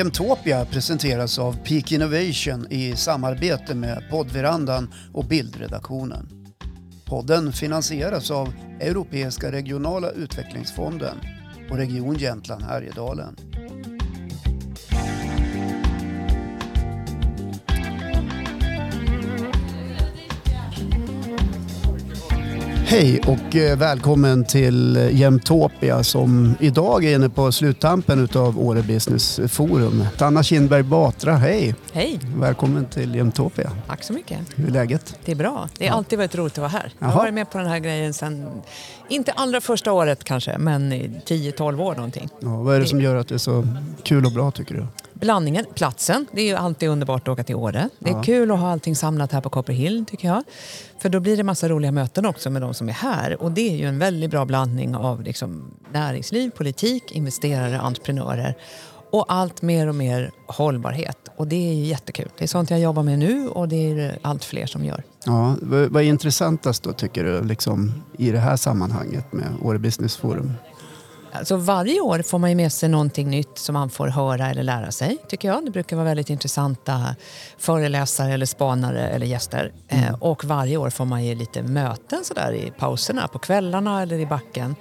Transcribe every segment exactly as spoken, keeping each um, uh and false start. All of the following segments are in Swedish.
Jämtopia presenteras av Peak Innovation i samarbete med poddverandan och bildredaktionen. Podden finansieras av Europeiska regionala utvecklingsfonden och Region Jämtland Härjedalen. Hej och välkommen till Jämtopia som idag är inne på sluttampen av Åre Business Forum. Anna Kinberg Batra, hej! Hej! Välkommen till Jämtopia. Tack så mycket. Hur är läget? Det är bra. Det är ja. alltid väldigt roligt att vara här. Jag Jaha. har varit med på den här grejen sedan, inte allra första året kanske, men tio tolv år någonting. Ja, vad är det som gör att det är så kul och bra tycker du? Blandningen, platsen. Det är ju alltid underbart att åka till Åre. Det är Ja. kul att ha allting samlat här på Copperhill tycker jag. För då blir det massa roliga möten också med de som är här. Och det är ju en väldigt bra blandning av liksom näringsliv, politik, investerare, entreprenörer. Och allt mer och mer hållbarhet. Och det är ju jättekul. Det är sånt jag jobbar med nu och det är allt fler som gör. Ja, vad är intressantast då tycker du liksom, i det här sammanhanget med Åre Business Forum? Alltså varje år får man ju med sig någonting nytt som man får höra eller lära sig, tycker jag. Det brukar vara väldigt intressanta föreläsare eller spanare eller gäster. Mm. Eh, och varje år får man ju lite möten så där i pauserna, på kvällarna eller i backen.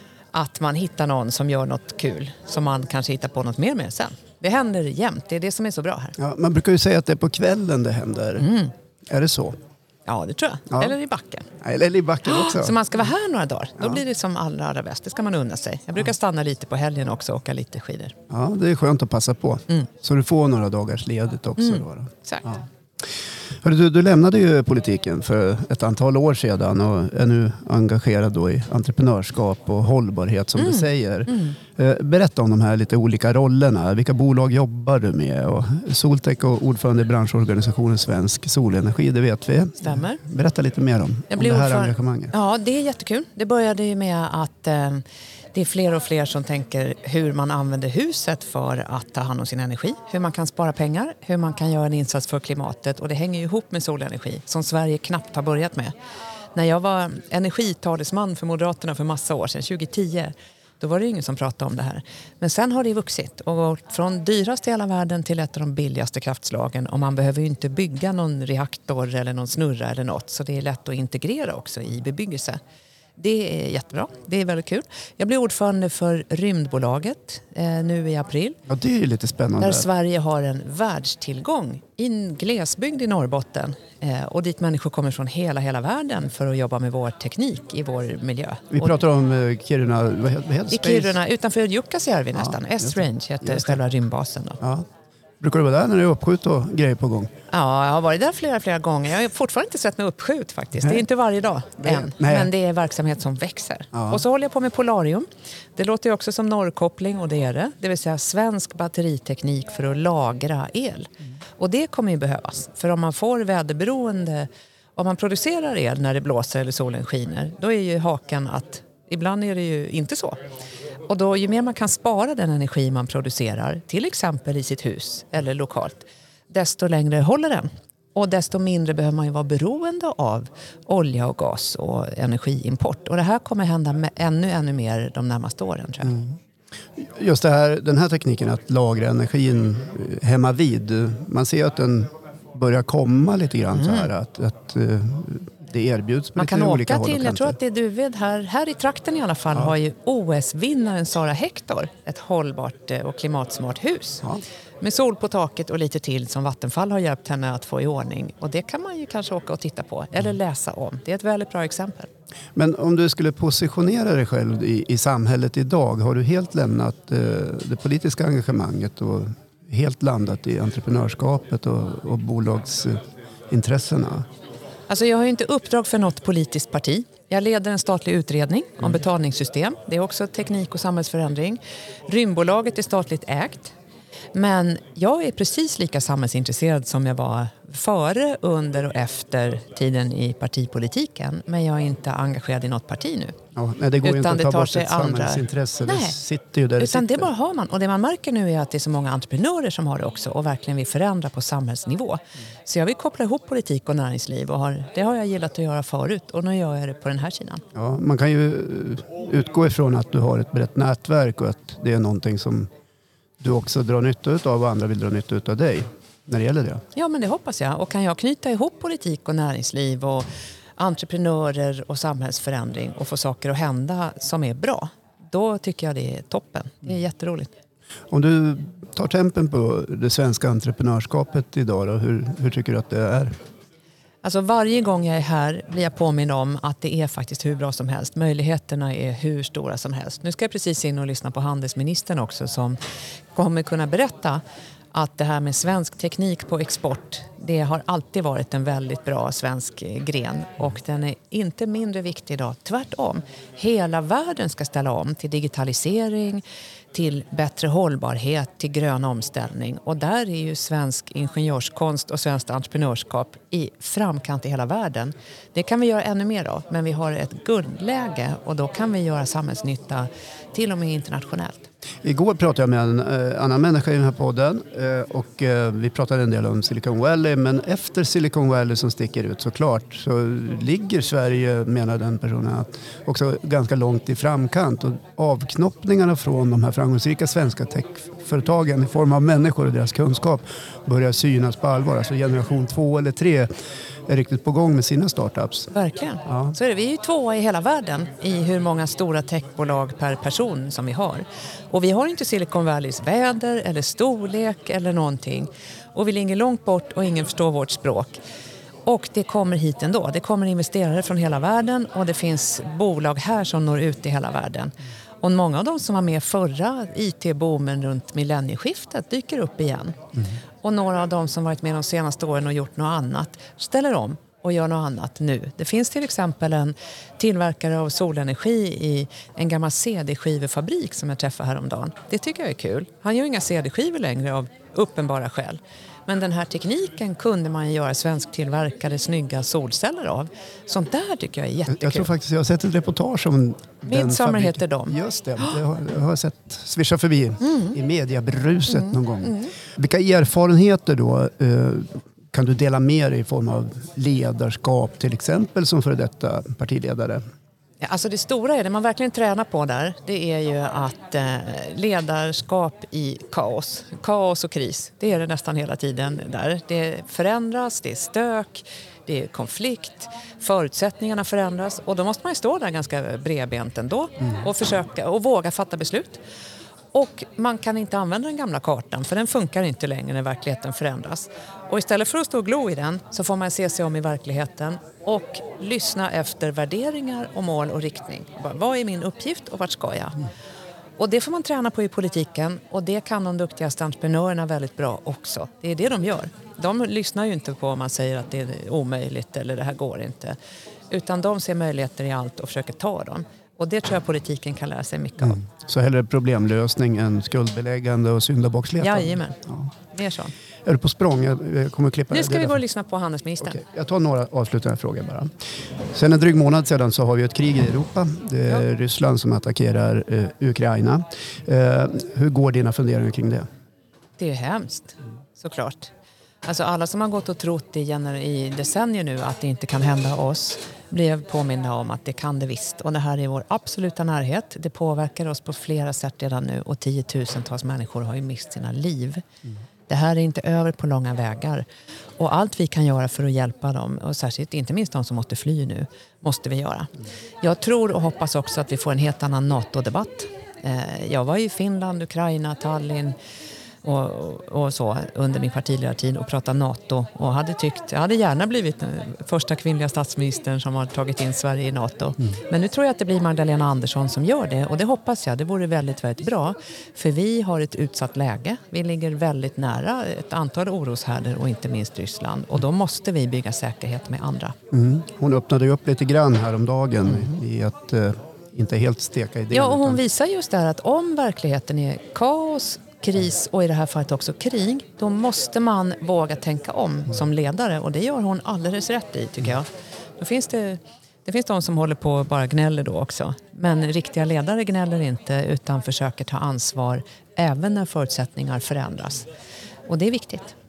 Att man hittar någon som gör något kul som man kanske hittar på något mer med sen. Det händer jämt, det är det som är så bra här. Ja, man brukar ju säga att det är på kvällen det händer. Mm. Är det så? Ja, det tror jag. Ja. Eller i backen. Eller i backen också. Så man ska vara här några dagar. Då Ja. blir det som allra, allra bäst. Det ska man unna sig. Jag brukar stanna lite på helgen också och åka lite skidor. Ja, det är skönt att passa på. Mm. Så du får några dagars ledigt också. Mm. Då, då. Exakt. Ja. Hörru, du, du lämnade ju politiken för ett antal år sedan och är nu engagerad då i entreprenörskap och hållbarhet som Mm. du säger. Mm. Eh, Berätta om de här lite olika rollerna. Vilka bolag jobbar du med? Och Soltech och ordförande i branschorganisationen Svensk Solenergi, det vet vi. Stämmer. Berätta lite mer om, Jag om blir det här ordförande. engagemanget. Ja, det är jättekul. Det började ju med att eh, det är fler och fler som tänker hur man använder huset för att ta hand om sin energi. Hur man kan spara pengar, hur man kan göra en insats för klimatet. Och det hänger ju ihop med solenergi som Sverige knappt har börjat med. När jag var energitalesman för Moderaterna för massa år sedan, tjugo tio, då var det ingen som pratade om det här. Men sen har det vuxit och gått från dyrast i hela världen till ett av de billigaste kraftslagen. Och man behöver ju inte bygga någon reaktor eller någon snurra eller något. Så det är lätt att integrera också i bebyggelse. Det är jättebra. Det är väldigt kul. Jag blir ordförande för Rymdbolaget eh, nu i april. Ja, det är ju lite spännande. Där Sverige har en världstillgång i en glesbygd i Norrbotten. Eh, och dit människor kommer från hela, hela världen för att jobba med vår teknik i vår miljö. Vi pratar om eh, Kiruna, vad heter, vad heter I Space? Kiruna, utanför Jukkasjärvi Ja, nästan. just det. S-Range heter Just det. själva rymdbasen då. Ja. Brukar du vara där när det är uppskjut och grejer på gång? Ja, jag har varit där flera, flera gånger. Jag har fortfarande inte sett något uppskjut faktiskt. Nej. Det är inte varje dag Nej. än. Nej. Men det är verksamhet som växer. Ja. Och så håller jag på med Polarium. Det låter ju också som norrkoppling och det är det. Det vill säga svensk batteriteknik för att lagra el. Mm. Och det kommer ju behövas. För om man får väderberoende, om man producerar el när det blåser eller solen skiner, då är ju haken att ibland är det ju inte så. Och då ju mer man kan spara den energi man producerar, till exempel i sitt hus eller lokalt, desto längre håller den. Och desto mindre behöver man ju vara beroende av olja och gas och energiimport. Och det här kommer hända med ännu, ännu mer de närmaste åren tror jag. Mm. Just det här, den här tekniken att lagra energin hemma vid, man ser att den börjar komma lite grann mm. så här att, att det erbjuds på man lite kan olika åka håll och till, jag tror att det är Duved här, här i trakten i alla fall ja. har ju O S-vinnaren Sara Hector ett hållbart och klimatsmart hus. Ja. Med sol på taket och lite till som Vattenfall har hjälpt henne att få i ordning. Och det kan man ju kanske åka och titta på eller läsa om. Det är ett väldigt bra exempel. Men om du skulle positionera dig själv i, i samhället idag, har du helt lämnat eh, det politiska engagemanget och helt landat i entreprenörskapet och, och bolagsintressena? Alltså jag har ju inte uppdrag för något politiskt parti. Jag leder en statlig utredning om mm. betalningssystem. Det är också teknik och samhällsförändring. Rymdbolaget är statligt ägt. Men jag är precis lika samhällsintresserad som jag var före, under och efter tiden i partipolitiken. Men jag är inte engagerad i något parti nu. Ja, nej, det går utan inte att det ta tar bort sig ett andra samhällsintresse. Nej. Det sitter ju där det utan sitter. det bara har man. Och det man märker nu är att det är så många entreprenörer som har det också och verkligen vill förändra på samhällsnivå. Mm. Så jag vill koppla ihop politik och näringsliv och har, det har jag gillat att göra förut och nu gör jag det på den här sidan. Ja, man kan ju utgå ifrån att du har ett brett nätverk och att det är någonting som du också drar nytta av och andra vill dra nytta av dig när det gäller det. Ja, men det hoppas jag. Och kan jag knyta ihop politik och näringsliv och entreprenörer och samhällsförändring och få saker att hända som är bra, då tycker jag det är toppen. Det är jätteroligt. Om du tar tempen på det svenska entreprenörskapet idag då, hur, hur tycker du att det är? Alltså varje gång jag är här blir jag påminn om att det är faktiskt hur bra som helst. Möjligheterna är hur stora som helst. Nu ska jag precis in och lyssna på handelsministern också som kommer kunna berätta att det här med svensk teknik på export, det har alltid varit en väldigt bra svensk gren och den är inte mindre viktig idag. Tvärtom, hela världen ska ställa om till digitalisering, till bättre hållbarhet, till grön omställning. Och där är ju svensk ingenjörskonst och svenskt entreprenörskap i framkant i hela världen. Det kan vi göra ännu mer av, men vi har ett guldläge och då kan vi göra samhällsnytta till och med internationellt. Igår pratade jag med en eh, annan människa i den här podden eh, och eh, vi pratade en del om Silicon Valley, men efter Silicon Valley som sticker ut såklart så ligger Sverige, menar den personen, också ganska långt i framkant och avknoppningarna från de här framgångsrika svenska techföretagen i form av människor och deras kunskap börjar synas på allvar. Alltså generation två eller tre är riktigt på gång med sina startups. Verkligen. Ja. Så är det. Vi är ju tvåa i hela världen i hur många stora techbolag per person som vi har. Och vi har inte Silicon Valleys väder eller storlek eller någonting. Och vi ligger långt bort och ingen förstår vårt språk. Och det kommer hit ändå. Det kommer investerare från hela världen och det finns bolag här som når ut i hela världen. Och många av dem som var med förra I T-boomen runt millennieskiftet dyker upp igen. Mm. Och några av dem som varit med de senaste åren och gjort något annat ställer om och gör något annat nu. Det finns till exempel en tillverkare av solenergi i en gammal C D-skivefabrik som jag träffade häromdagen. Det tycker jag är kul. Han gör inga C D-skivor längre av uppenbara skäl. Men den här tekniken kunde man göra svensk tillverkade snygga solceller av. Sånt där tycker jag är jättekul. Jag tror faktiskt jag har sett ett reportage om Midsommar heter de. Just det, jag har, jag har sett svischa förbi mm. i mediebruset mm. någon gång. Mm. Vilka erfarenheter då eh, kan du dela med dig i form av ledarskap till exempel som för detta partiledare? Ja, alltså det stora är det man verkligen tränar på där, det är ju att eh, ledarskap i kaos, kaos och kris, det är det nästan hela tiden där. Det förändras, det är stök, det är konflikt, förutsättningarna förändras och då måste man ju stå där ganska bredbent ändå mm. och försöka och våga fatta beslut. Och man kan inte använda den gamla kartan för den funkar inte längre när verkligheten förändras. Och istället för att stå och glo i den så får man se sig om i verkligheten och lyssna efter värderingar och mål och riktning. Vad är min uppgift och vart ska jag? Mm. Och det får man träna på i politiken och det kan de duktigaste entreprenörerna väldigt bra också. Det är det de gör. De lyssnar ju inte på om man säger att det är omöjligt eller det här går inte. Utan de ser möjligheter i allt och försöker ta dem. Och det tror jag politiken kan lära sig mycket av. Mm. Så hellre problemlösning än skuldbeläggande och syndabocksletande? Jajamän, ja. Mer så. Är du på språng? Jag kommer att klippa nu ska vi gå och lyssna på handelsministern. Okej. Jag tar några avslutande frågor bara. Sen en dryg månad sedan så har vi ett krig i Europa. Det är ja. Ryssland som attackerar eh, Ukraina. Eh, hur går dina funderingar kring det? Det är hemskt, såklart. Alltså alla som har gått och trott i, i decennier nu att det inte kan hända oss blir påminna om att det kan det visst. Och det här är vår absoluta närhet. Det påverkar oss på flera sätt redan nu och tiotusentals människor har ju mist sina liv. Mm. Det här är inte över på långa vägar. Och allt vi kan göra för att hjälpa dem, och särskilt inte minst de som måste fly nu, måste vi göra. Mm. Jag tror och hoppas också att vi får en helt annan NATO-debatt. Eh, jag var i Finland, Ukraina, Tallinn och, och så under min partiledartid och pratade NATO och hade tyckt, jag hade gärna blivit den första kvinnliga statsministern som har tagit in Sverige i NATO. Mm. Men nu tror jag att det blir Magdalena Andersson som gör det och det hoppas jag, det vore väldigt, väldigt bra. För vi har ett utsatt läge, vi ligger väldigt nära ett antal oroshärdar och inte minst Ryssland och då måste vi bygga säkerhet med andra. Mm. Hon öppnade ju upp lite grann häromdagen mm. i att uh, inte helt steka idén. Ja, och hon utan... visar just det här att om verkligheten är kaos, kris och i det här fallet också krig, då måste man våga tänka om mm. som ledare och det gör hon alldeles rätt i tycker jag. Då finns det, det finns de som håller på och bara gnäller då också. Men riktiga ledare gnäller inte utan försöker ta ansvar även när förutsättningar förändras. Och det är viktigt.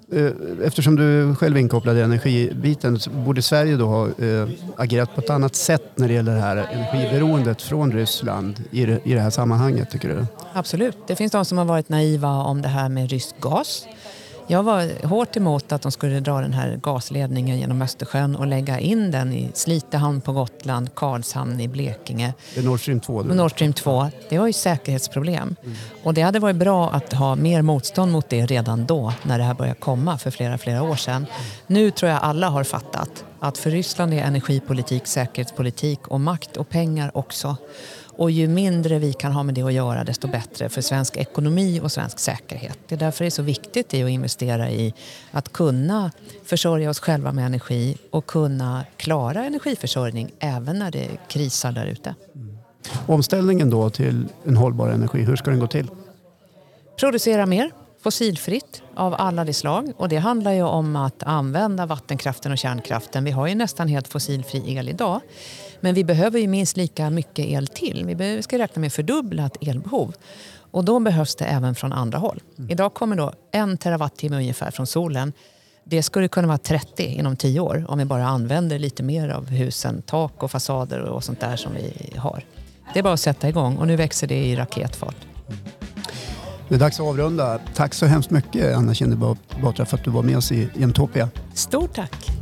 Eftersom du själv är inkopplad i energibiten så borde Sverige då ha eh, agerat på ett annat sätt när det gäller det här energiberoendet från Ryssland i det, i det här sammanhanget, tycker du? Absolut. Det finns de som har varit naiva om det här med rysk gas. Jag var hårt emot att de skulle dra den här gasledningen genom Östersjön och lägga in den i Slitehamn på Gotland, Karlshamn i Blekinge. Det är Nord Stream två. Du. Nord Stream två, det var ju säkerhetsproblem. Mm. Och det hade varit bra att ha mer motstånd mot det redan då, när det här började komma för flera, flera år sedan. Mm. Nu tror jag alla har fattat att för Ryssland är energipolitik, säkerhetspolitik och makt och pengar också. Och ju mindre vi kan ha med det att göra, desto bättre för svensk ekonomi och svensk säkerhet. Det är därför det är så viktigt att investera i att kunna försörja oss själva med energi och kunna klara energiförsörjning även när det krisar där ute. Mm. Omställningen då till en hållbar energi, hur ska den gå till? Producera mer fossilfritt av alla de slag. Och det handlar ju om att använda vattenkraften och kärnkraften. Vi har ju nästan helt fossilfri el idag. Men vi behöver ju minst lika mycket el till. Vi, behöver, vi ska räkna med fördubblat elbehov. Och då behövs det även från andra håll. Mm. Idag kommer då en terawattimme ungefär från solen. Det skulle kunna vara trettio inom tio år om vi bara använder lite mer av husen, tak och fasader och sånt där som vi har. Det är bara att sätta igång och nu växer det i raketfart. Mm. Det är dags att avrunda. Tack så hemskt mycket, Anna Kinberg Batra, för att du var med oss i Jämtopia. Stort tack!